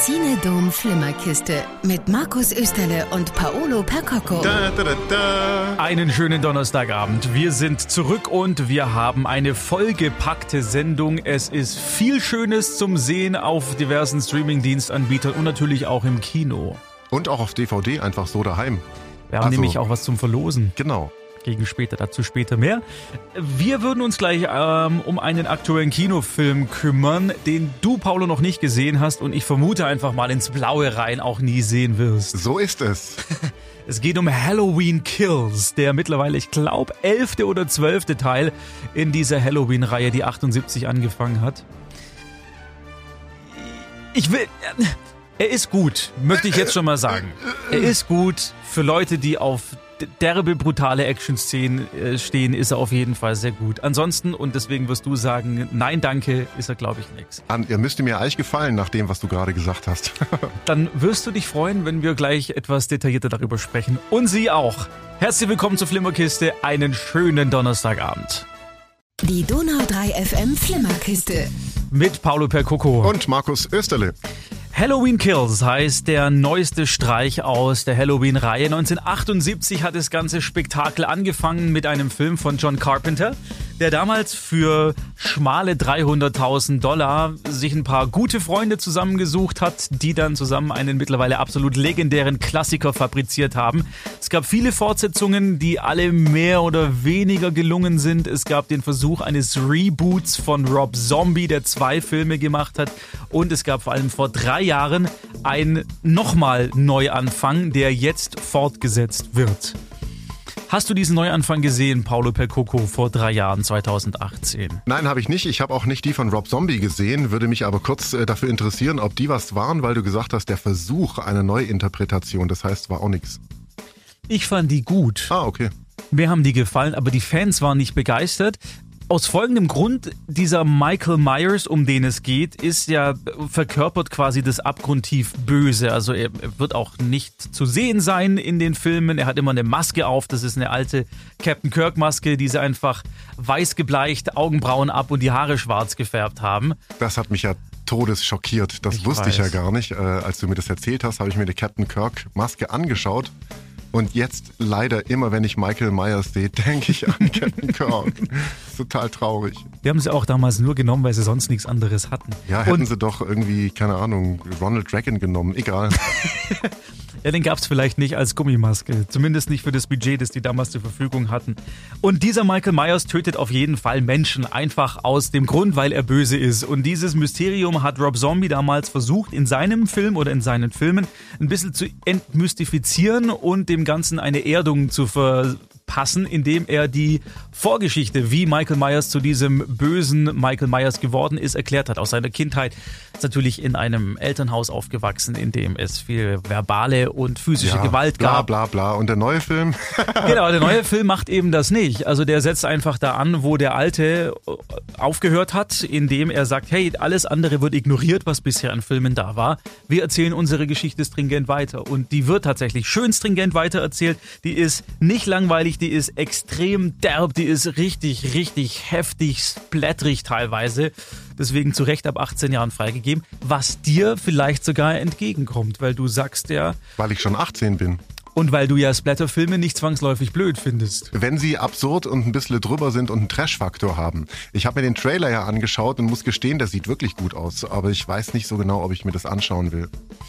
Cinedom Flimmerkiste mit Markus Österle und Paolo Percocco. Einen schönen Donnerstagabend. Wir sind zurück und wir haben eine vollgepackte Sendung. Es ist viel Schönes zum Sehen auf diversen Streaming-Dienstanbietern und natürlich auch im Kino. Und auch auf DVD, einfach so daheim. Wir haben nämlich auch was zum Verlosen. Genau. Gegen später, dazu später mehr. Wir würden uns gleich um einen aktuellen Kinofilm kümmern, den du, Paolo, noch nicht gesehen hast und ich vermute einfach mal ins Blaue rein auch nie sehen wirst. So ist es. Es geht um Halloween Kills, der mittlerweile, ich glaube, 11. oder 12. Teil in dieser Halloween-Reihe, die 78 angefangen hat. Er ist gut, möchte ich jetzt schon mal sagen. Er ist gut für Leute, die auf derbe, brutale Action-Szenen stehen, ist er auf jeden Fall sehr gut. Ansonsten, und deswegen wirst du sagen, nein, danke, ist er, glaube ich, nix. Er müsste mir eigentlich gefallen, nach dem, was du gerade gesagt hast. Dann wirst du dich freuen, wenn wir gleich etwas detaillierter darüber sprechen. Und sie auch. Herzlich willkommen zur Flimmerkiste. Einen schönen Donnerstagabend. Die Donau 3 FM Flimmerkiste. Mit Paolo Percocco. Und Markus Österle. Halloween Kills heißt der neueste Streich aus der Halloween-Reihe. 1978 hat das ganze Spektakel angefangen mit einem Film von John Carpenter, der damals für schmale $300.000 sich ein paar gute Freunde zusammengesucht hat, die dann zusammen einen mittlerweile absolut legendären Klassiker fabriziert haben. Es gab viele Fortsetzungen, die alle mehr oder weniger gelungen sind. Es gab den Versuch eines Reboots von Rob Zombie, der 2 Filme gemacht hat. Und es gab vor allem vor 3 Jahren ein nochmal Neuanfang, der jetzt fortgesetzt wird. Hast du diesen Neuanfang gesehen, Paolo Percocco, vor 3 Jahren, 2018? Nein, habe ich nicht. Ich habe auch nicht die von Rob Zombie gesehen. Würde mich aber kurz dafür interessieren, ob die was waren, weil du gesagt hast, der Versuch einer Neuinterpretation, das heißt, war auch nichts. Ich fand die gut. Ah, okay. Mir haben die gefallen, aber die Fans waren nicht begeistert. Aus folgendem Grund, dieser Michael Myers, um den es geht, ist ja verkörpert quasi das abgrundtief Böse. Also er wird auch nicht zu sehen sein in den Filmen. Er hat immer eine Maske auf. Das ist eine alte Captain Kirk Maske, die sie einfach weiß gebleicht, Augenbrauen ab und die Haare schwarz gefärbt haben. Das hat mich ja todesschockiert. Das wusste ich ja gar nicht. Als du mir das erzählt hast, habe ich mir die Captain Kirk Maske angeschaut. Und jetzt leider immer, wenn ich Michael Myers sehe, denke ich an Captain Kirk. Das ist total traurig. Die haben sie auch damals nur genommen, weil sie sonst nichts anderes hatten. Ja, hätten sie doch irgendwie, keine Ahnung, Ronald Reagan genommen. Egal. Ja, den gab es vielleicht nicht als Gummimaske. Zumindest nicht für das Budget, das die damals zur Verfügung hatten. Und dieser Michael Myers tötet auf jeden Fall Menschen. Einfach aus dem Grund, weil er böse ist. Und dieses Mysterium hat Rob Zombie damals versucht, in seinem Film oder in seinen Filmen ein bisschen zu entmystifizieren und dem Ganzen eine Erdung zu verpassen, indem er die Vorgeschichte, wie Michael Myers zu diesem bösen Michael Myers geworden ist, erklärt hat. Aus seiner Kindheit ist natürlich in einem Elternhaus aufgewachsen, in dem es viel verbale und physische Gewalt gab. Bla bla bla. Und der neue Film? Genau, der neue Film macht eben das nicht. Also der setzt einfach da an, wo der alte aufgehört hat, indem er sagt, hey, alles andere wird ignoriert, was bisher an Filmen da war. Wir erzählen unsere Geschichte stringent weiter. Und die wird tatsächlich schön stringent weitererzählt. Die ist nicht langweilig, die ist extrem derb, die ist richtig, richtig heftig, splatterig teilweise. Deswegen zu Recht ab 18 Jahren freigegeben, was dir vielleicht sogar entgegenkommt, weil du sagst ja... Weil ich schon 18 bin. Und weil du ja Splatterfilme nicht zwangsläufig blöd findest. Wenn sie absurd und ein bisschen drüber sind und einen Trash-Faktor haben. Ich habe mir den Trailer ja angeschaut und muss gestehen, der sieht wirklich gut aus. Aber ich weiß nicht so genau, ob ich mir das anschauen will.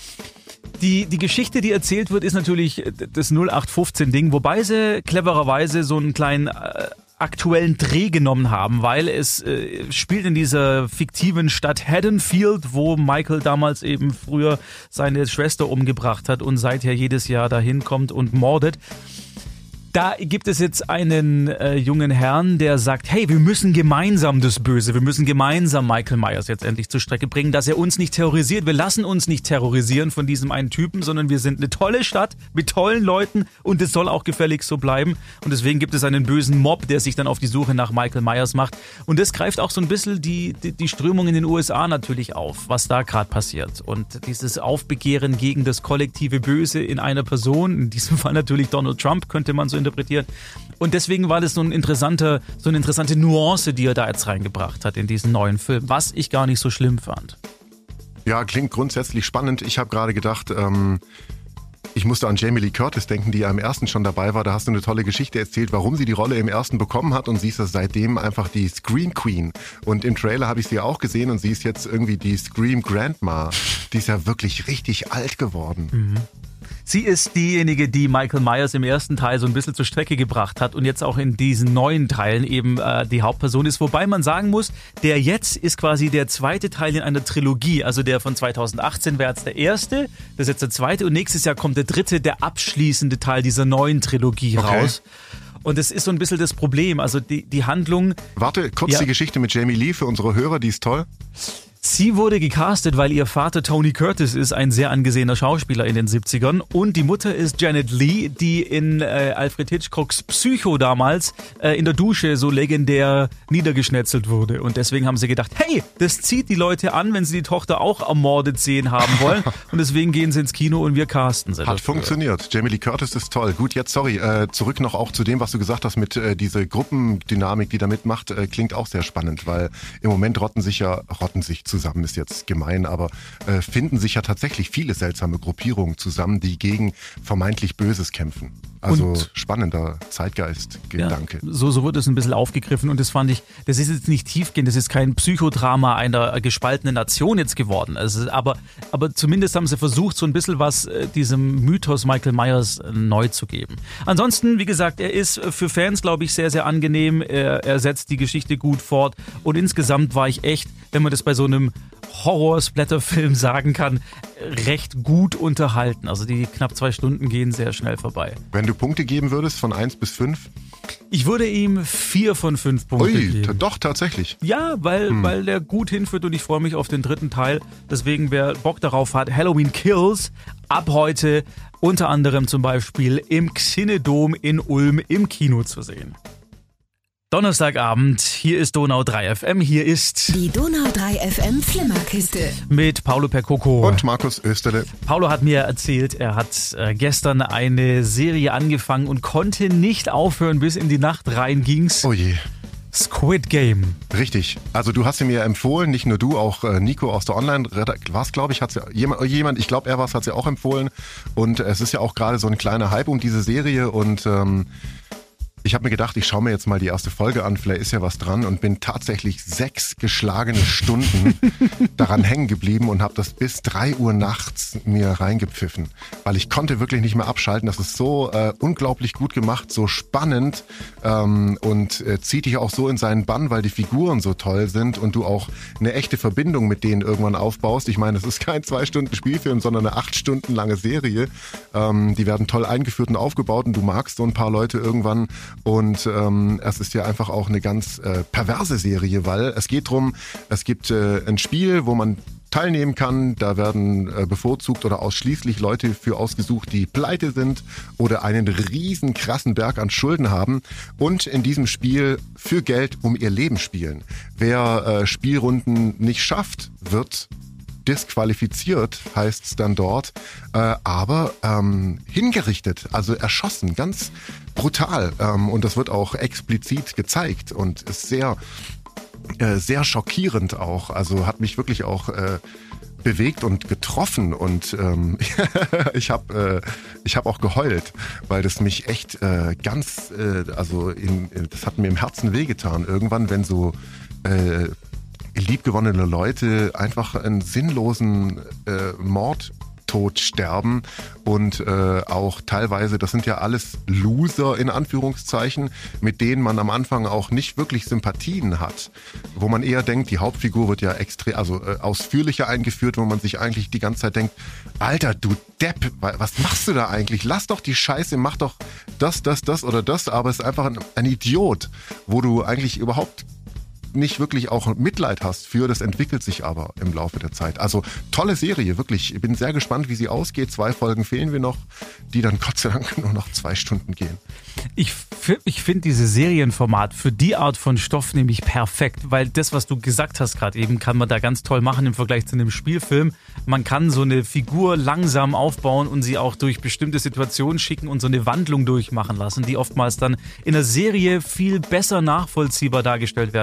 Die Geschichte, die erzählt wird, ist natürlich das 0815-Ding, wobei sie clevererweise so einen kleinen aktuellen Dreh genommen haben, weil es spielt in dieser fiktiven Stadt Haddonfield, wo Michael damals eben früher seine Schwester umgebracht hat und seither jedes Jahr dahin kommt und mordet. Da gibt es jetzt einen jungen Herrn, der sagt, hey, wir müssen gemeinsam das Böse, wir müssen gemeinsam Michael Myers jetzt endlich zur Strecke bringen, dass er uns nicht terrorisiert. Wir lassen uns nicht terrorisieren von diesem einen Typen, sondern wir sind eine tolle Stadt mit tollen Leuten und es soll auch gefälligst so bleiben. Und deswegen gibt es einen bösen Mob, der sich dann auf die Suche nach Michael Myers macht. Und das greift auch so ein bisschen die Strömung in den USA natürlich auf, was da gerade passiert. Und dieses Aufbegehren gegen das kollektive Böse in einer Person, in diesem Fall natürlich Donald Trump, könnte man so interpretieren. Und deswegen war das so eine interessante Nuance, die er da jetzt reingebracht hat in diesen neuen Film, was ich gar nicht so schlimm fand. Ja, klingt grundsätzlich spannend. Ich habe gerade gedacht, ich musste an Jamie Lee Curtis denken, die ja im ersten schon dabei war. Da hast du eine tolle Geschichte erzählt, warum sie die Rolle im ersten bekommen hat, und sie ist seitdem einfach die Scream Queen. Und im Trailer habe ich sie auch gesehen und sie ist jetzt irgendwie die Scream Grandma. Die ist ja wirklich richtig alt geworden. Mhm. Sie ist diejenige, die Michael Myers im ersten Teil so ein bisschen zur Strecke gebracht hat und jetzt auch in diesen neuen Teilen eben die Hauptperson ist. Wobei man sagen muss, der jetzt ist quasi der zweite Teil in einer Trilogie. Also der von 2018 wäre jetzt der erste, das ist jetzt der zweite und nächstes Jahr kommt der dritte, der abschließende Teil dieser neuen Trilogie raus. Und das ist so ein bisschen das Problem. Also die Handlung... Warte, kurz die Geschichte mit Jamie Lee für unsere Hörer, die ist toll. Sie wurde gecastet, weil ihr Vater Tony Curtis ist, ein sehr angesehener Schauspieler in den 70ern. Und die Mutter ist Janet Leigh, die in Alfred Hitchcocks Psycho damals in der Dusche so legendär niedergeschnetzelt wurde. Und deswegen haben sie gedacht, hey, das zieht die Leute an, wenn sie die Tochter auch ermordet sehen haben wollen. Und deswegen gehen sie ins Kino und wir casten sie. Hat funktioniert. Jamie Lee Curtis ist toll. Gut, jetzt zurück noch auch zu dem, was du gesagt hast mit diese Gruppendynamik, die da mitmacht, klingt auch sehr spannend, weil im Moment rotten sich zusammen ist jetzt gemein, aber finden sich ja tatsächlich viele seltsame Gruppierungen zusammen, die gegen vermeintlich Böses kämpfen. Also und spannender Zeitgeist-Gedanke. Ja, so wird es ein bisschen aufgegriffen und das fand ich, das ist jetzt nicht tiefgehend, das ist kein Psychodrama einer gespaltenen Nation jetzt geworden. Also, aber zumindest haben sie versucht, so ein bisschen was diesem Mythos Michael Myers neu zu geben. Ansonsten, wie gesagt, er ist für Fans, glaube ich, sehr, sehr angenehm. Er setzt die Geschichte gut fort und insgesamt war ich echt, wenn man das bei so einem Horror-Splatter-Film sagen kann, recht gut unterhalten. Also die knapp 2 Stunden gehen sehr schnell vorbei. Wenn du Punkte geben würdest, von 1 bis 5? Ich würde ihm 4 von 5 Punkte geben. Doch, tatsächlich. Ja, weil der gut hinführt und ich freue mich auf den dritten Teil. Deswegen, wer Bock darauf hat, Halloween Kills ab heute unter anderem zum Beispiel im Xinedom in Ulm im Kino zu sehen. Donnerstagabend, hier ist Donau 3 FM, hier ist die Donau 3 FM Flimmerkiste mit Paolo Percoco und Markus Österle. Paolo hat mir erzählt, er hat gestern eine Serie angefangen und konnte nicht aufhören, bis in die Nacht rein ging's. Oh je. Squid Game. Richtig. Also du hast sie mir empfohlen, nicht nur du, auch Nico aus der Online, was glaube ich, hat sie jemand, ich glaube er hat sie auch empfohlen und es ist ja auch gerade so ein kleiner Hype um diese Serie und ich habe mir gedacht, ich schaue mir jetzt mal die erste Folge an, vielleicht ist ja was dran und bin tatsächlich 6 geschlagene Stunden daran hängen geblieben und habe das bis 3 Uhr nachts mir reingepfiffen, weil ich konnte wirklich nicht mehr abschalten. Das ist so unglaublich gut gemacht, so spannend und zieht dich auch so in seinen Bann, weil die Figuren so toll sind und du auch eine echte Verbindung mit denen irgendwann aufbaust. Ich meine, es ist kein 2 Stunden Spielfilm, sondern eine 8 Stunden lange Serie. Die werden toll eingeführt und aufgebaut und du magst so ein paar Leute irgendwann. Und es ist ja einfach auch eine ganz perverse Serie, weil es geht drum, es gibt ein Spiel, wo man teilnehmen kann. Da werden bevorzugt oder ausschließlich Leute für ausgesucht, die pleite sind oder einen riesen krassen Berg an Schulden haben und in diesem Spiel für Geld um ihr Leben spielen. Wer Spielrunden nicht schafft, wird disqualifiziert, heißt es dann dort, aber hingerichtet, also erschossen, ganz brutal. Und das wird auch explizit gezeigt und ist sehr, sehr schockierend auch. Also hat mich wirklich auch bewegt und getroffen und ich habe auch geheult, weil das mich echt das hat mir im Herzen wehgetan. Irgendwann, wenn so liebgewonnene Leute einfach einen sinnlosen Mordtod sterben und auch teilweise, das sind ja alles Loser in Anführungszeichen, mit denen man am Anfang auch nicht wirklich Sympathien hat, wo man eher denkt, die Hauptfigur wird ja ausführlicher eingeführt, wo man sich eigentlich die ganze Zeit denkt, Alter, du Depp, was machst du da eigentlich? Lass doch die Scheiße, mach doch das oder das, aber es ist einfach ein Idiot, wo du eigentlich überhaupt nicht wirklich auch Mitleid hast für, das entwickelt sich aber im Laufe der Zeit. Also tolle Serie, wirklich. Ich bin sehr gespannt, wie sie ausgeht. 2 Folgen fehlen wir noch, die dann Gott sei Dank nur noch 2 Stunden gehen. Ich finde dieses Serienformat für die Art von Stoff nämlich perfekt, weil das, was du gesagt hast gerade eben, kann man da ganz toll machen im Vergleich zu einem Spielfilm. Man kann so eine Figur langsam aufbauen und sie auch durch bestimmte Situationen schicken und so eine Wandlung durchmachen lassen, die oftmals dann in der Serie viel besser nachvollziehbar dargestellt werden kann,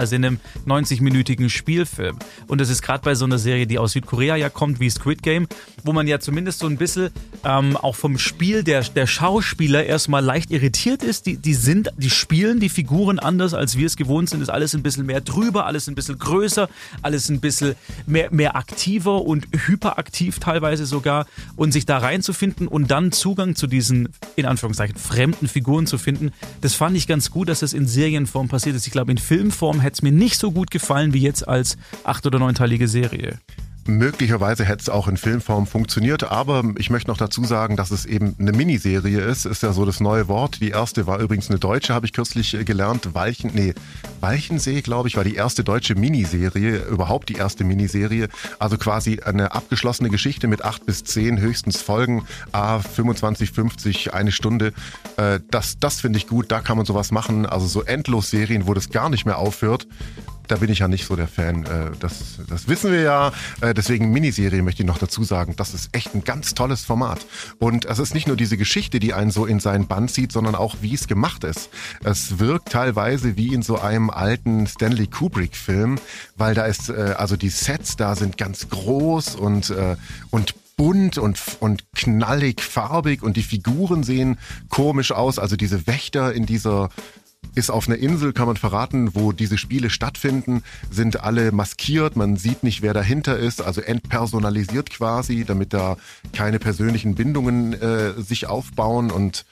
als in einem 90-minütigen Spielfilm. Und das ist gerade bei so einer Serie, die aus Südkorea ja kommt, wie Squid Game, wo man ja zumindest so ein bisschen auch vom Spiel der Schauspieler erstmal leicht irritiert ist. Die spielen die Figuren anders, als wir es gewohnt sind. Ist alles ein bisschen mehr drüber, alles ein bisschen größer, alles ein bisschen mehr aktiver und hyperaktiv teilweise sogar. Und sich da reinzufinden und dann Zugang zu diesen, in Anführungszeichen, fremden Figuren zu finden, das fand ich ganz gut, dass das in Serienform passiert ist. Ich glaube, in Filmform hätte es mir nicht so gut gefallen wie jetzt als 8- oder 9-teilige Serie. Möglicherweise hätte es auch in Filmform funktioniert, aber ich möchte noch dazu sagen, dass es eben eine Miniserie ist ja so das neue Wort. Die erste war übrigens eine deutsche, habe ich kürzlich gelernt. Walchensee, glaube ich, war die erste deutsche Miniserie, überhaupt die erste Miniserie. Also quasi eine abgeschlossene Geschichte mit 8 bis 10 höchstens Folgen, 25, 50, eine Stunde. Das finde ich gut, da kann man sowas machen. Also so Endlosserien, wo das gar nicht mehr aufhört. Da bin ich ja nicht so der Fan. Das wissen wir ja. Deswegen Miniserie möchte ich noch dazu sagen. Das ist echt ein ganz tolles Format. Und es ist nicht nur diese Geschichte, die einen so in seinen Bann zieht, sondern auch, wie es gemacht ist. Es wirkt teilweise wie in so einem alten Stanley Kubrick-Film, weil da ist, also die Sets da sind ganz groß und bunt und knallig farbig und die Figuren sehen komisch aus. Also diese Wächter in dieser ist auf einer Insel, kann man verraten, wo diese Spiele stattfinden, sind alle maskiert, man sieht nicht, wer dahinter ist, also entpersonalisiert quasi, damit da keine persönlichen Bindungen sich aufbauen und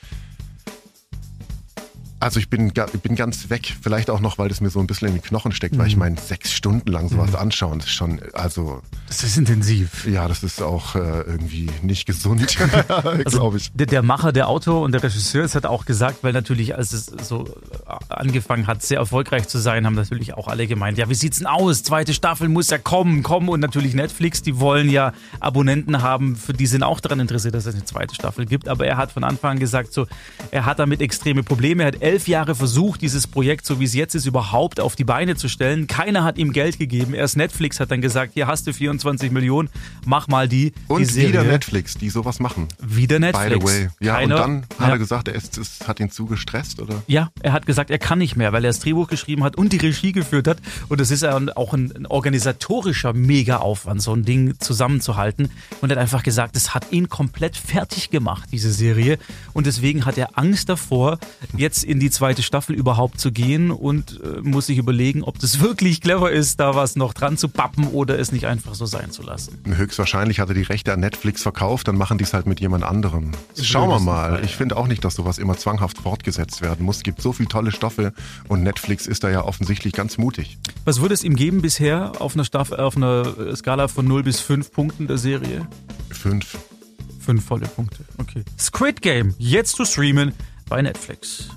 also ich bin ganz weg, vielleicht auch noch, weil das mir so ein bisschen in den Knochen steckt, weil ich meine, 6 Stunden lang sowas anschauen, das ist schon, also... Das ist intensiv. Ja, das ist auch irgendwie nicht gesund, glaube ich. Der Macher, der Autor und der Regisseur, es hat auch gesagt, weil natürlich, als es so angefangen hat, sehr erfolgreich zu sein, haben natürlich auch alle gemeint, ja, wie sieht's denn aus? 2. Staffel muss ja kommen und natürlich Netflix, die wollen ja Abonnenten haben, für die sind auch daran interessiert, dass es eine 2. Staffel gibt, aber er hat von Anfang an gesagt, so, er hat damit extreme Probleme, er hat 11 Jahre versucht, dieses Projekt, so wie es jetzt ist, überhaupt auf die Beine zu stellen. Keiner hat ihm Geld gegeben. Erst Netflix hat dann gesagt, hier hast du 24 Millionen, mach mal die Serie. Wieder Netflix, die sowas machen. Wieder Netflix. By the way. Ja, und dann hat er gesagt, es hat ihn zu gestresst, oder? Ja, er hat gesagt, er kann nicht mehr, weil er das Drehbuch geschrieben hat und die Regie geführt hat. Und es ist auch ein organisatorischer Mega-Aufwand, so ein Ding zusammenzuhalten. Und er hat einfach gesagt, es hat ihn komplett fertig gemacht, diese Serie. Und deswegen hat er Angst davor, jetzt in die 2. Staffel überhaupt zu gehen und muss sich überlegen, ob das wirklich clever ist, da was noch dran zu pappen oder es nicht einfach so sein zu lassen. Höchstwahrscheinlich hat er die Rechte an Netflix verkauft, dann machen die es halt mit jemand anderem. Schauen wir mal. Ich finde auch nicht, dass sowas immer zwanghaft fortgesetzt werden muss. Es gibt so viele tolle Stoffe und Netflix ist da ja offensichtlich ganz mutig. Was würde es ihm geben bisher auf einer Skala von 0 bis 5 Punkten der Serie? 5. 5 volle Punkte, okay. Squid Game, jetzt zu streamen bei Netflix.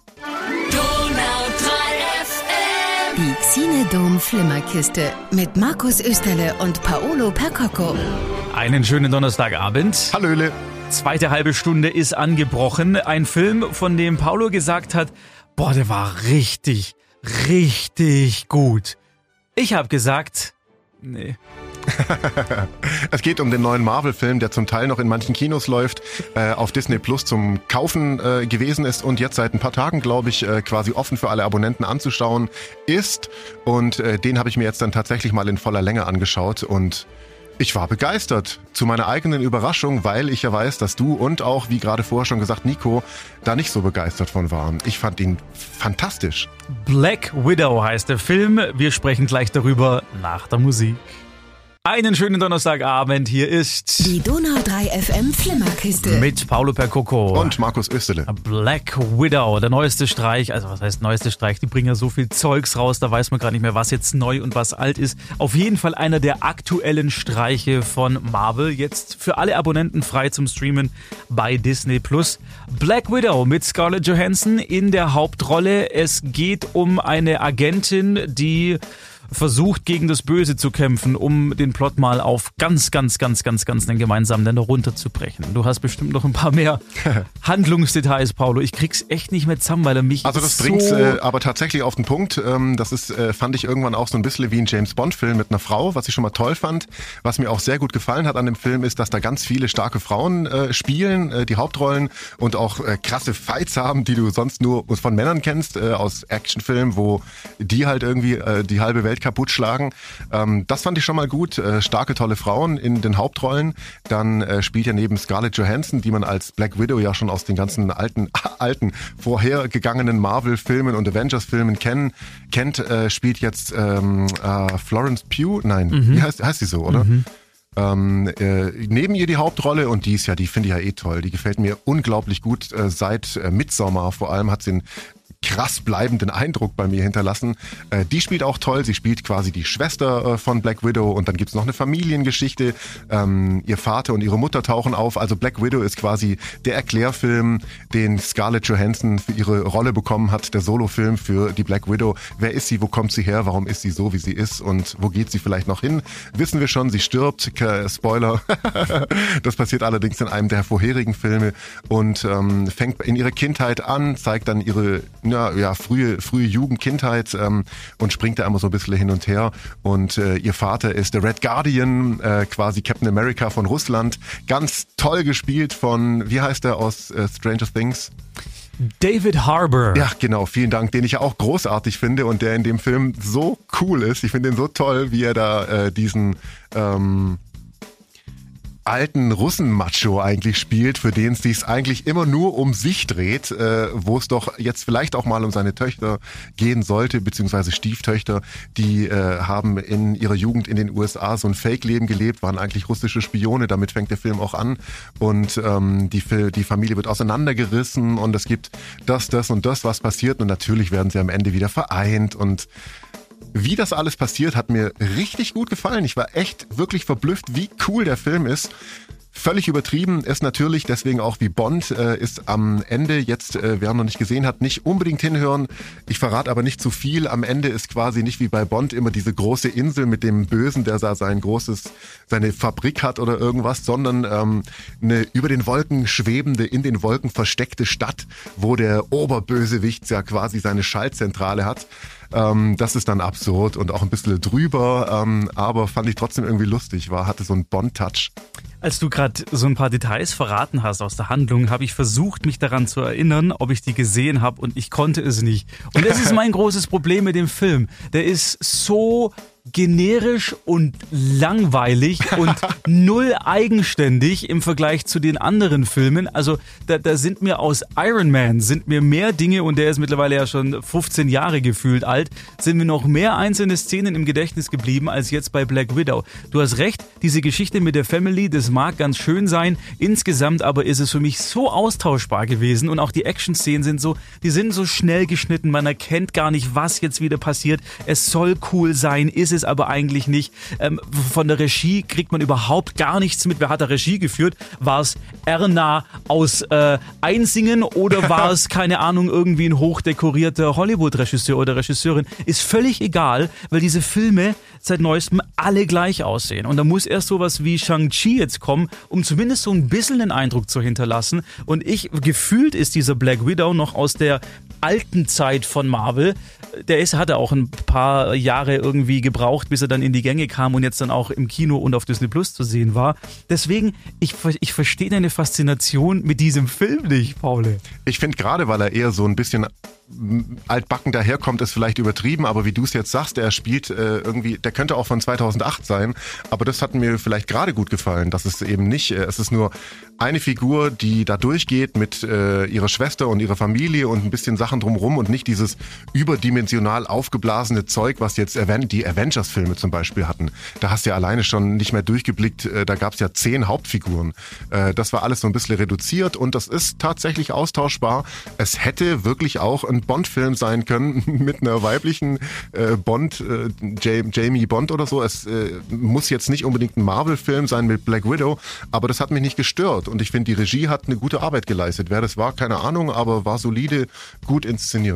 Die Xinedom-Flimmerkiste mit Markus Österle und Paolo Percocco. Einen schönen Donnerstagabend. Hallöle. 2. halbe Stunde ist angebrochen. Ein Film, von dem Paolo gesagt hat, boah, der war richtig, richtig gut. Ich habe gesagt, nee. Es geht um den neuen Marvel-Film, der zum Teil noch in manchen Kinos läuft, auf Disney Plus zum Kaufen gewesen ist und jetzt seit ein paar Tagen, glaube ich, quasi offen für alle Abonnenten anzuschauen ist. Und den habe ich mir jetzt dann tatsächlich mal in voller Länge angeschaut und ich war begeistert. Zu meiner eigenen Überraschung, weil ich ja weiß, dass du und auch, wie gerade vorher schon gesagt, Nico, da nicht so begeistert von waren. Ich fand ihn fantastisch. Black Widow heißt der Film. Wir sprechen gleich darüber nach der Musik. Einen schönen Donnerstagabend, hier ist die Donau 3 FM Flimmerkiste mit Paolo Percocco und Markus Österle. Black Widow, der neueste Streich, also was heißt neueste Streich, die bringen ja so viel Zeugs raus, da weiß man gar nicht mehr, was jetzt neu und was alt ist. Auf jeden Fall einer der aktuellen Streiche von Marvel, jetzt für alle Abonnenten frei zum Streamen bei Disney Plus. Black Widow mit Scarlett Johansson in der Hauptrolle. Es geht um eine Agentin, die versucht, gegen das Böse zu kämpfen, um den Plot mal auf ganz einen gemeinsamen Nenner runterzubrechen. Du hast bestimmt noch ein paar mehr Handlungsdetails, Paulo. Ich krieg's echt nicht mehr zusammen, weil er mich Also das bringt's aber tatsächlich auf den Punkt. Das ist, fand ich irgendwann auch so ein bisschen wie ein James-Bond-Film mit einer Frau, was ich schon mal toll fand. Was mir auch sehr gut gefallen hat an dem Film ist, dass da ganz viele starke Frauen spielen, die Hauptrollen und auch krasse Fights haben, die du sonst nur von Männern kennst, aus Actionfilmen, wo die halt irgendwie die halbe Welt kaputt schlagen. Das fand ich schon mal gut. Starke, tolle Frauen in den Hauptrollen. Dann spielt ja neben Scarlett Johansson, die man als Black Widow ja schon aus den ganzen alten vorhergegangenen Marvel-Filmen und Avengers-Filmen kennt, spielt jetzt Florence Pugh. Nein, wie heißt sie so, oder? Neben ihr die Hauptrolle und die finde ich ja toll. Die gefällt mir unglaublich gut. Seit Midsommar vor allem hat sie einen krass bleibenden Eindruck bei mir hinterlassen. Die spielt auch toll. Sie spielt quasi die Schwester von Black Widow und dann gibt's noch eine Familiengeschichte. Ihr Vater und ihre Mutter tauchen auf. Also Black Widow ist quasi der Erklärfilm, den Scarlett Johansson für ihre Rolle bekommen hat, der Solofilm für die Black Widow. Wer ist sie? Wo kommt sie her? Warum ist sie so, wie sie ist? Und wo geht sie vielleicht noch hin? Wissen wir schon, sie stirbt. Spoiler. Das passiert allerdings in einem der vorherigen Filme und fängt in ihrer Kindheit an, zeigt dann ihre frühe Jugend, Kindheit und springt da immer so ein bisschen hin und her. Und ihr Vater ist der Red Guardian, quasi Captain America von Russland. Ganz toll gespielt von, wie heißt der aus Stranger Things? David Harbour. Ja, genau, vielen Dank, den ich ja auch großartig finde und der in dem Film so cool ist. Ich finde ihn so toll, wie er da diesen alten Russen-Macho eigentlich spielt, für den es sich eigentlich immer nur um sich dreht, wo es doch jetzt vielleicht auch mal um seine Töchter gehen sollte, beziehungsweise Stieftöchter, die haben in ihrer Jugend in den USA so ein Fake-Leben gelebt, waren eigentlich russische Spione, damit fängt der Film auch an und die Familie wird auseinandergerissen und es gibt das und das, was passiert und natürlich werden sie am Ende wieder vereint und wie das alles passiert, hat mir richtig gut gefallen. Ich war echt wirklich verblüfft, wie cool der Film ist. Völlig übertrieben ist natürlich, deswegen auch wie Bond, ist am Ende jetzt, wer noch nicht gesehen hat, nicht unbedingt hinhören. Ich verrate aber nicht zu viel. Am Ende ist quasi nicht wie bei Bond immer diese große Insel mit dem Bösen, der da seine Fabrik hat oder irgendwas, sondern eine über den Wolken schwebende, in den Wolken versteckte Stadt, wo der Oberbösewicht ja quasi seine Schaltzentrale hat. Das ist dann absurd und auch ein bisschen drüber, aber fand ich trotzdem irgendwie lustig, hatte so einen Bond-Touch. Als du gerade so ein paar Details verraten hast aus der Handlung, habe ich versucht, mich daran zu erinnern, ob ich die gesehen habe und ich konnte es nicht. Und das ist mein großes Problem mit dem Film. Der ist so generisch und langweilig und null eigenständig im Vergleich zu den anderen Filmen. Also da sind mir aus Iron Man mehr Dinge, und der ist mittlerweile ja schon 15 Jahre gefühlt alt, sind mir noch mehr einzelne Szenen im Gedächtnis geblieben als jetzt bei Black Widow. Du hast recht, diese Geschichte mit der Family, das mag ganz schön sein. Insgesamt aber ist es für mich so austauschbar gewesen und auch die Action-Szenen die sind so schnell geschnitten, man erkennt gar nicht, was jetzt wieder passiert. Es soll cool sein, ist es aber eigentlich nicht. Von der Regie kriegt man überhaupt gar nichts mit. Wer hat da Regie geführt? War es Erna aus Einsingen oder war es, keine Ahnung, irgendwie ein hochdekorierter Hollywood-Regisseur oder Regisseurin? Ist völlig egal, weil diese Filme seit neuestem alle gleich aussehen. Und da muss erst sowas wie Shang-Chi jetzt kommen, um zumindest so ein bisschen den Eindruck zu hinterlassen. Und gefühlt ist dieser Black Widow noch aus der alten Zeit von Marvel. Hatte auch ein paar Jahre irgendwie gebraucht, bis er dann in die Gänge kam und jetzt dann auch im Kino und auf Disney Plus zu sehen war. Deswegen, ich verstehe deine Faszination mit diesem Film nicht, Paul. Ich finde gerade, weil er eher so ein bisschen altbacken daherkommt, ist vielleicht übertrieben, aber wie du es jetzt sagst, er spielt irgendwie, der könnte auch von 2008 sein, aber das hat mir vielleicht gerade gut gefallen, dass es eben nicht, es ist nur eine Figur, die da durchgeht mit ihrer Schwester und ihrer Familie und ein bisschen Sachen drumherum und nicht dieses überdimensional aufgeblasene Zeug, was jetzt die Avengers-Filme zum Beispiel hatten. Da hast du ja alleine schon nicht mehr durchgeblickt, da gab es ja 10 Hauptfiguren. Das war alles so ein bisschen reduziert und das ist tatsächlich austauschbar. Es hätte wirklich auch ein Bond-Film sein können mit einer weiblichen Jamie Bond oder so. Es muss jetzt nicht unbedingt ein Marvel-Film sein mit Black Widow, aber das hat mich nicht gestört und ich finde, die Regie hat eine gute Arbeit geleistet. Wer das war, keine Ahnung, aber war solide, gut inszeniert.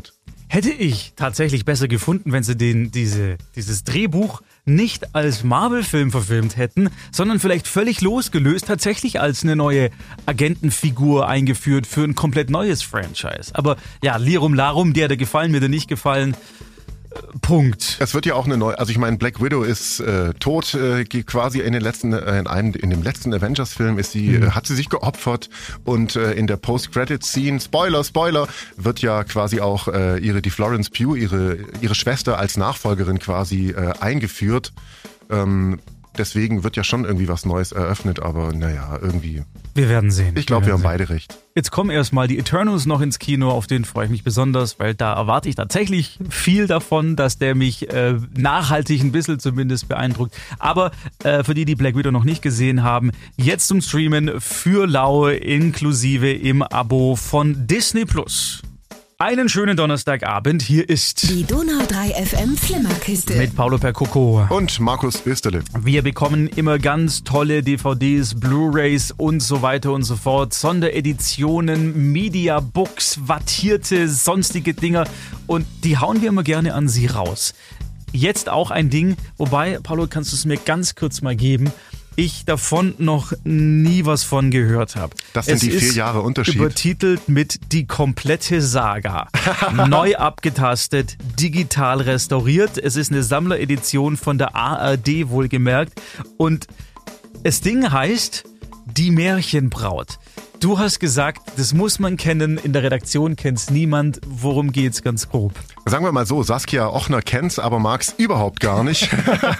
Hätte ich tatsächlich besser gefunden, wenn sie dieses Drehbuch nicht als Marvel-Film verfilmt hätten, sondern vielleicht völlig losgelöst tatsächlich als eine neue Agentenfigur eingeführt für ein komplett neues Franchise. Aber ja, Lirum Larum, der gefallen, mir der nicht gefallen. Punkt. Es wird ja auch eine neue, also ich meine, Black Widow ist tot, quasi in dem letzten Avengers-Film hat sie sich geopfert und in der Post-Credit-Scene, Spoiler, wird ja quasi auch die Florence Pugh, ihre Schwester als Nachfolgerin quasi eingeführt. Deswegen wird ja schon irgendwie was Neues eröffnet, aber naja, irgendwie. Wir werden sehen. Ich glaube, wir haben beide recht. Jetzt kommen erstmal die Eternals noch ins Kino, auf den freue ich mich besonders, weil da erwarte ich tatsächlich viel davon, dass der mich nachhaltig ein bisschen zumindest beeindruckt. Aber für die Black Widow noch nicht gesehen haben, jetzt zum Streamen für lau inklusive im Abo von Disney+. Einen schönen Donnerstagabend, hier ist die Donau 3 FM Flimmerkiste mit Paolo Percoco und Markus Österle. Wir bekommen immer ganz tolle DVDs, Blu-rays und so weiter und so fort, Sondereditionen, Mediabooks, wattierte, sonstige Dinger und die hauen wir immer gerne an Sie raus. Jetzt auch ein Ding, wobei, Paolo, kannst du es mir ganz kurz mal geben, ich davon noch nie was von gehört habe. Das sind die 4 Jahre Unterschied. Übertitelt mit Die komplette Saga. Neu abgetastet, digital restauriert. Es ist eine Sammleredition von der ARD wohlgemerkt. Und das Ding heißt Die Märchenbraut. Du hast gesagt, das muss man kennen, in der Redaktion kennt's niemand. Worum geht's ganz grob? Sagen wir mal so, Saskia Ochner kennt's, aber mag's überhaupt gar nicht.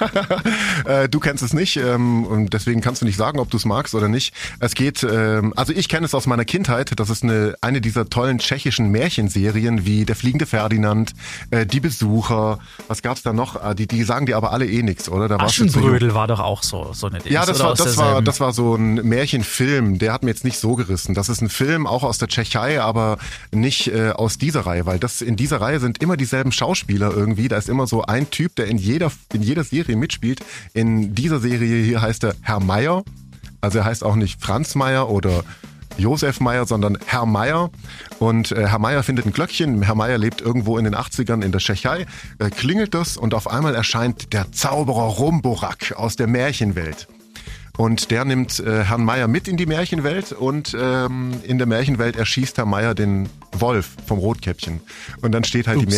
Du kennst es nicht und deswegen kannst du nicht sagen, ob du es magst oder nicht. Es geht, also ich kenne es aus meiner Kindheit, das ist eine dieser tollen tschechischen Märchenserien wie Der fliegende Ferdinand, Die Besucher, was gab's da noch? Die sagen dir aber alle eh nichts, oder? Da Aschenbrödel war doch auch so eine Dings. Ja, das war so ein Märchenfilm, der hat mir jetzt nicht so gerissen. Das ist ein Film auch aus der Tschechei, aber nicht aus dieser Reihe, weil in dieser Reihe sind immer dieselben Schauspieler irgendwie. Da ist immer so ein Typ, der in jeder Serie mitspielt. In dieser Serie hier heißt er Herr Meier. Also er heißt auch nicht Franz Meier oder Josef Meier, sondern Herr Meier. Und Herr Meier findet ein Glöckchen. Herr Meier lebt irgendwo in den 80ern in der Tschechei. Klingelt das und auf einmal erscheint der Zauberer Rumburak aus der Märchenwelt. Und der nimmt Herrn Meier mit in die Märchenwelt und in der Märchenwelt erschießt Herr Meier den Wolf vom Rotkäppchen. Und dann steht halt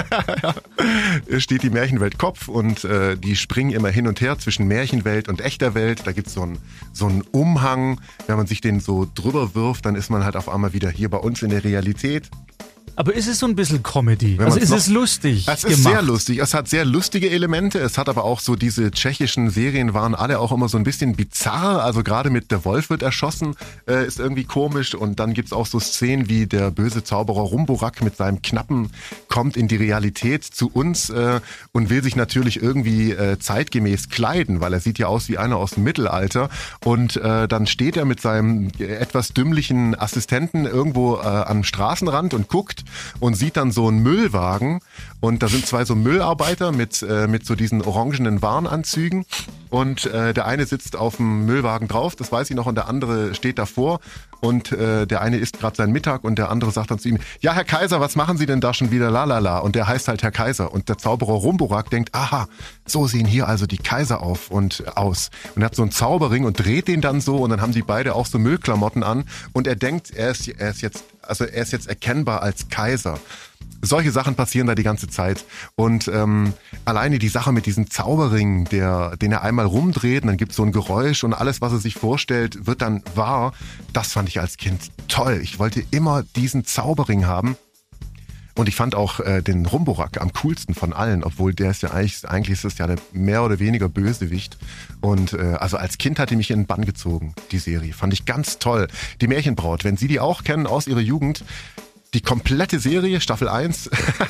die Märchenwelt Kopf und die springen immer hin und her zwischen Märchenwelt und echter Welt. Da gibt's so einen Umhang. Wenn man sich den so drüber wirft, dann ist man halt auf einmal wieder hier bei uns in der Realität. Aber ist es so ein bisschen Comedy? Also ist es lustig gemacht? Es ist sehr lustig. Es hat sehr lustige Elemente. Es hat aber auch so, diese tschechischen Serien waren alle auch immer so ein bisschen bizarr. Also gerade mit der Wolf wird erschossen, ist irgendwie komisch. Und dann gibt's auch so Szenen wie der böse Zauberer Rumburak mit seinem Knappen kommt in die Realität zu uns und will sich natürlich irgendwie zeitgemäß kleiden, weil er sieht ja aus wie einer aus dem Mittelalter. Und dann steht er mit seinem etwas dümmlichen Assistenten irgendwo am Straßenrand und guckt und sieht dann so einen Müllwagen und da sind 2 so Müllarbeiter mit so diesen orangenen Warnanzügen und der eine sitzt auf dem Müllwagen drauf, das weiß ich noch, und der andere steht davor und der eine isst gerade seinen Mittag und der andere sagt dann zu ihm, ja Herr Kaiser, was machen Sie denn da schon wieder, lalala, und der heißt halt Herr Kaiser und der Zauberer Rumburak denkt, aha, so sehen hier also die Kaiser aus und er hat so einen Zauberring und dreht den dann so und dann haben die beide auch so Müllklamotten an und er denkt, er ist jetzt erkennbar als Kaiser. Solche Sachen passieren da die ganze Zeit. Und alleine die Sache mit diesem Zauberring, den er einmal rumdreht und dann gibt's so ein Geräusch und alles, was er sich vorstellt, wird dann wahr. Das fand ich als Kind toll. Ich wollte immer diesen Zauberring haben. Und ich fand auch den Rumburak am coolsten von allen, obwohl der ist ja eigentlich ist es ja der mehr oder weniger Bösewicht. Und also als Kind hat die mich in den Bann gezogen, die Serie. Fand ich ganz toll. Die Märchenbraut, wenn Sie die auch kennen aus Ihrer Jugend, die komplette Serie, Staffel 1,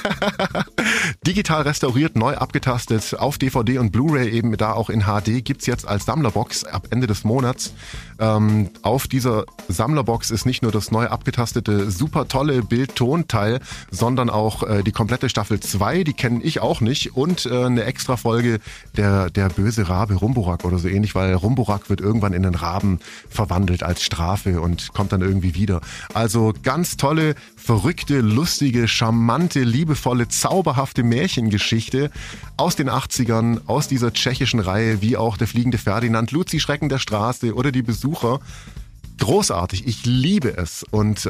digital restauriert, neu abgetastet, auf DVD und Blu-ray eben da auch in HD, gibt's jetzt als Sammlerbox ab Ende des Monats. Auf dieser Sammlerbox ist nicht nur das neu abgetastete, super tolle Bild-Ton-Teil, sondern auch die komplette Staffel 2, die kenne ich auch nicht, und eine extra Folge der böse Rabe Rumburak oder so ähnlich, weil Rumburak wird irgendwann in den Raben verwandelt als Strafe und kommt dann irgendwie wieder. Also ganz tolle, verrückte, lustige, charmante, liebevolle, zauberhafte Märchengeschichte aus den 80ern, aus dieser tschechischen Reihe, wie auch Der fliegende Ferdinand, Luzi Schrecken der Straße oder Die Besucher. Großartig, ich liebe es. Und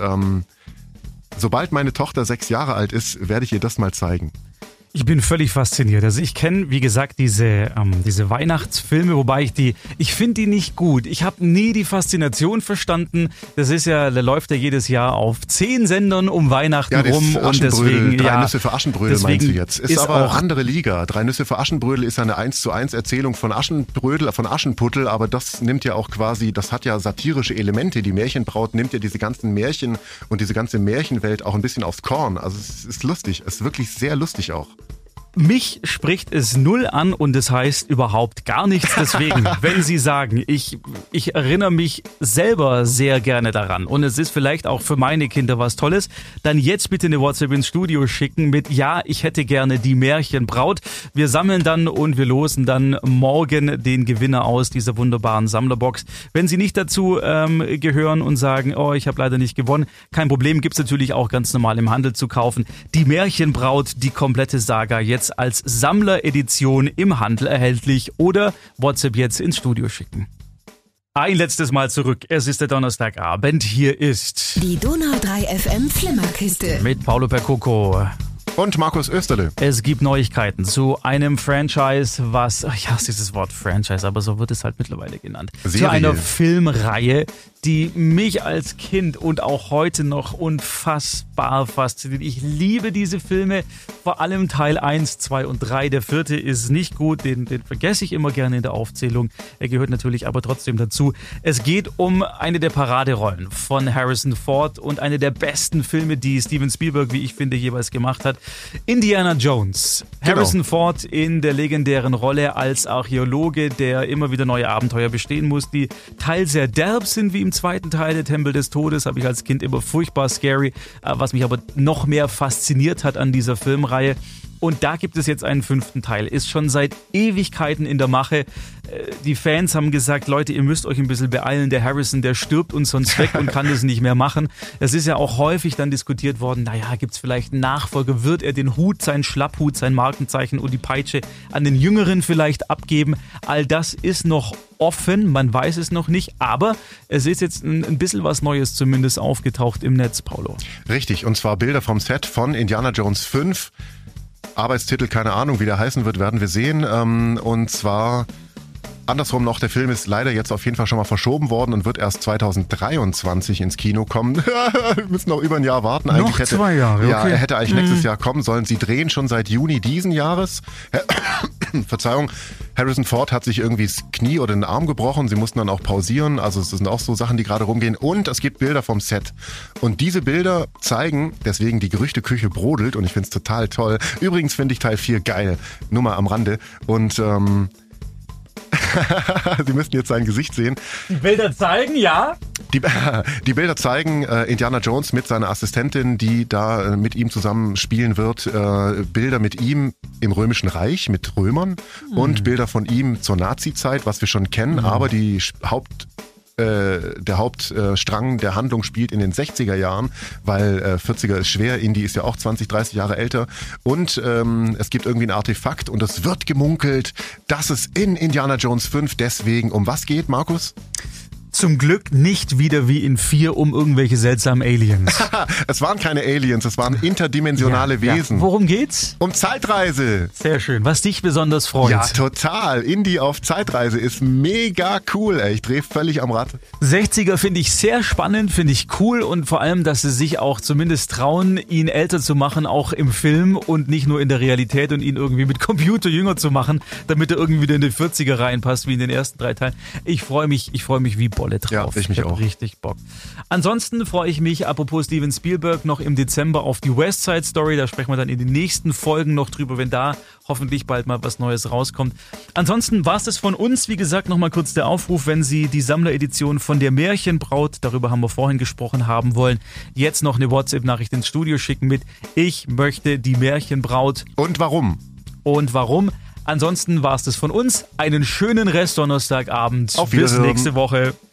sobald meine Tochter 6 Jahre alt ist, werde ich ihr das mal zeigen. Ich bin völlig fasziniert. Also ich kenne, wie gesagt, diese Weihnachtsfilme, wobei ich finde die nicht gut. Ich habe nie die Faszination verstanden. Das ist ja, der läuft ja jedes Jahr auf 10 Sendern um Weihnachten rum. Und deswegen, Drei Nüsse für Aschenbrödel meinst du jetzt. Ist aber eine andere Liga. 3 Nüsse für Aschenbrödel ist eine 1:1 Erzählung von Aschenbrödel, von Aschenputtel, aber das nimmt ja auch quasi, das hat ja satirische Elemente. Die Märchenbraut nimmt ja diese ganzen Märchen und diese ganze Märchenwelt auch ein bisschen aufs Korn. Also es ist lustig, es ist wirklich sehr lustig auch. Mich spricht es null an und es heißt überhaupt gar nichts. Deswegen, wenn Sie sagen, ich erinnere mich selber sehr gerne daran und es ist vielleicht auch für meine Kinder was Tolles, dann jetzt bitte eine WhatsApp ins Studio schicken mit ja, ich hätte gerne die Märchenbraut. Wir sammeln dann und wir losen dann morgen den Gewinner aus dieser wunderbaren Sammlerbox. Wenn Sie nicht dazu gehören und sagen, oh, ich habe leider nicht gewonnen, kein Problem, gibt's natürlich auch ganz normal im Handel zu kaufen. Die Märchenbraut, die komplette Saga jetzt als Sammleredition im Handel erhältlich oder WhatsApp jetzt ins Studio schicken. Ein letztes Mal zurück. Es ist der Donnerstagabend. Hier ist die Donau 3 FM Flimmerkiste mit Paolo Percoco und Markus Österle. Es gibt Neuigkeiten zu einem Franchise, ich hasse dieses Wort Franchise, aber so wird es halt mittlerweile genannt. Serie. Zu einer Filmreihe, die mich als Kind und auch heute noch unfassbar fasziniert. Ich liebe diese Filme, vor allem Teil 1, 2 und 3. Der 4. ist nicht gut, den vergesse ich immer gerne in der Aufzählung. Er gehört natürlich aber trotzdem dazu. Es geht um eine der Paraderollen von Harrison Ford und eine der besten Filme, die Steven Spielberg, wie ich finde, jeweils gemacht hat. Indiana Jones. Genau. Harrison Ford in der legendären Rolle als Archäologe, der immer wieder neue Abenteuer bestehen muss, die teils sehr derb sind, wie im zweiten Teil, der Tempel des Todes, habe ich als Kind immer furchtbar scary, was mich aber noch mehr fasziniert hat an dieser Filmreihe. Und da gibt es jetzt einen 5. Teil. Ist schon seit Ewigkeiten in der Mache. Die Fans haben gesagt, Leute, ihr müsst euch ein bisschen beeilen. Der Harrison, der stirbt uns sonst weg und kann das nicht mehr machen. Es ist ja auch häufig dann diskutiert worden, naja, gibt es vielleicht einen Nachfolger? Wird er den Hut, seinen Schlapphut, sein Markenzeichen und die Peitsche an den Jüngeren vielleicht abgeben? All das ist noch offen, man weiß es noch nicht. Aber es ist jetzt ein bisschen was Neues zumindest aufgetaucht im Netz, Paolo. Richtig, und zwar Bilder vom Set von Indiana Jones 5. Arbeitstitel, keine Ahnung, wie der heißen wird, werden wir sehen. Und zwar andersrum noch, der Film ist leider jetzt auf jeden Fall schon mal verschoben worden und wird erst 2023 ins Kino kommen. Wir müssen noch über ein Jahr warten. Noch 2 Jahre, okay. Ja, er hätte eigentlich nächstes Jahr kommen sollen. Sie drehen schon seit Juni diesen Jahres. Verzeihung, Harrison Ford hat sich irgendwie das Knie oder den Arm gebrochen. Sie mussten dann auch pausieren. Also es sind auch so Sachen, die gerade rumgehen. Und es gibt Bilder vom Set. Und diese Bilder zeigen, deswegen die Gerüchteküche brodelt und ich finde es total toll. Übrigens finde ich Teil 4 geil. Nur mal am Rande. Und Sie müssten jetzt sein Gesicht sehen. Die Bilder zeigen, ja? Die Bilder zeigen Indiana Jones mit seiner Assistentin, die da mit ihm zusammen spielen wird. Bilder mit ihm im Römischen Reich, mit Römern und Bilder von ihm zur Nazi-Zeit, was wir schon kennen. Aber der Hauptstrang der Handlung spielt in den 60er Jahren, weil 40er ist schwer, Indy ist ja auch 20, 30 Jahre älter und es gibt irgendwie ein Artefakt und es wird gemunkelt, dass es in Indiana Jones 5 deswegen um was geht, Markus? Zum Glück nicht wieder wie in 4 um irgendwelche seltsamen Aliens. Es waren keine Aliens, es waren interdimensionale Wesen. Ja. Worum geht's? Um Zeitreise. Sehr schön. Was dich besonders freut. Ja, total. Indy auf Zeitreise ist mega cool, ey. Ich drehe völlig am Rad. 60er finde ich sehr spannend, finde ich cool und vor allem, dass sie sich auch zumindest trauen, ihn älter zu machen, auch im Film und nicht nur in der Realität und ihn irgendwie mit Computer jünger zu machen, damit er irgendwie wieder in die 40er reinpasst, wie in den ersten 3 Teilen. Ich freue mich wie Bolle drauf. Ja, ich mich auch. Richtig Bock. Ansonsten freue ich mich, apropos Steven Spielberg, noch im Dezember auf die West Side Story. Da sprechen wir dann in den nächsten Folgen noch drüber, wenn da hoffentlich bald mal was Neues rauskommt. Ansonsten war es das von uns. Wie gesagt, nochmal kurz der Aufruf, wenn Sie die Sammleredition von der Märchenbraut, darüber haben wir vorhin gesprochen, haben wollen, jetzt noch eine WhatsApp-Nachricht ins Studio schicken mit ich möchte die Märchenbraut. Und warum? Ansonsten war es das von uns. Einen schönen Rest Donnerstagabend. Auf Wiedersehen. Bis nächste Woche.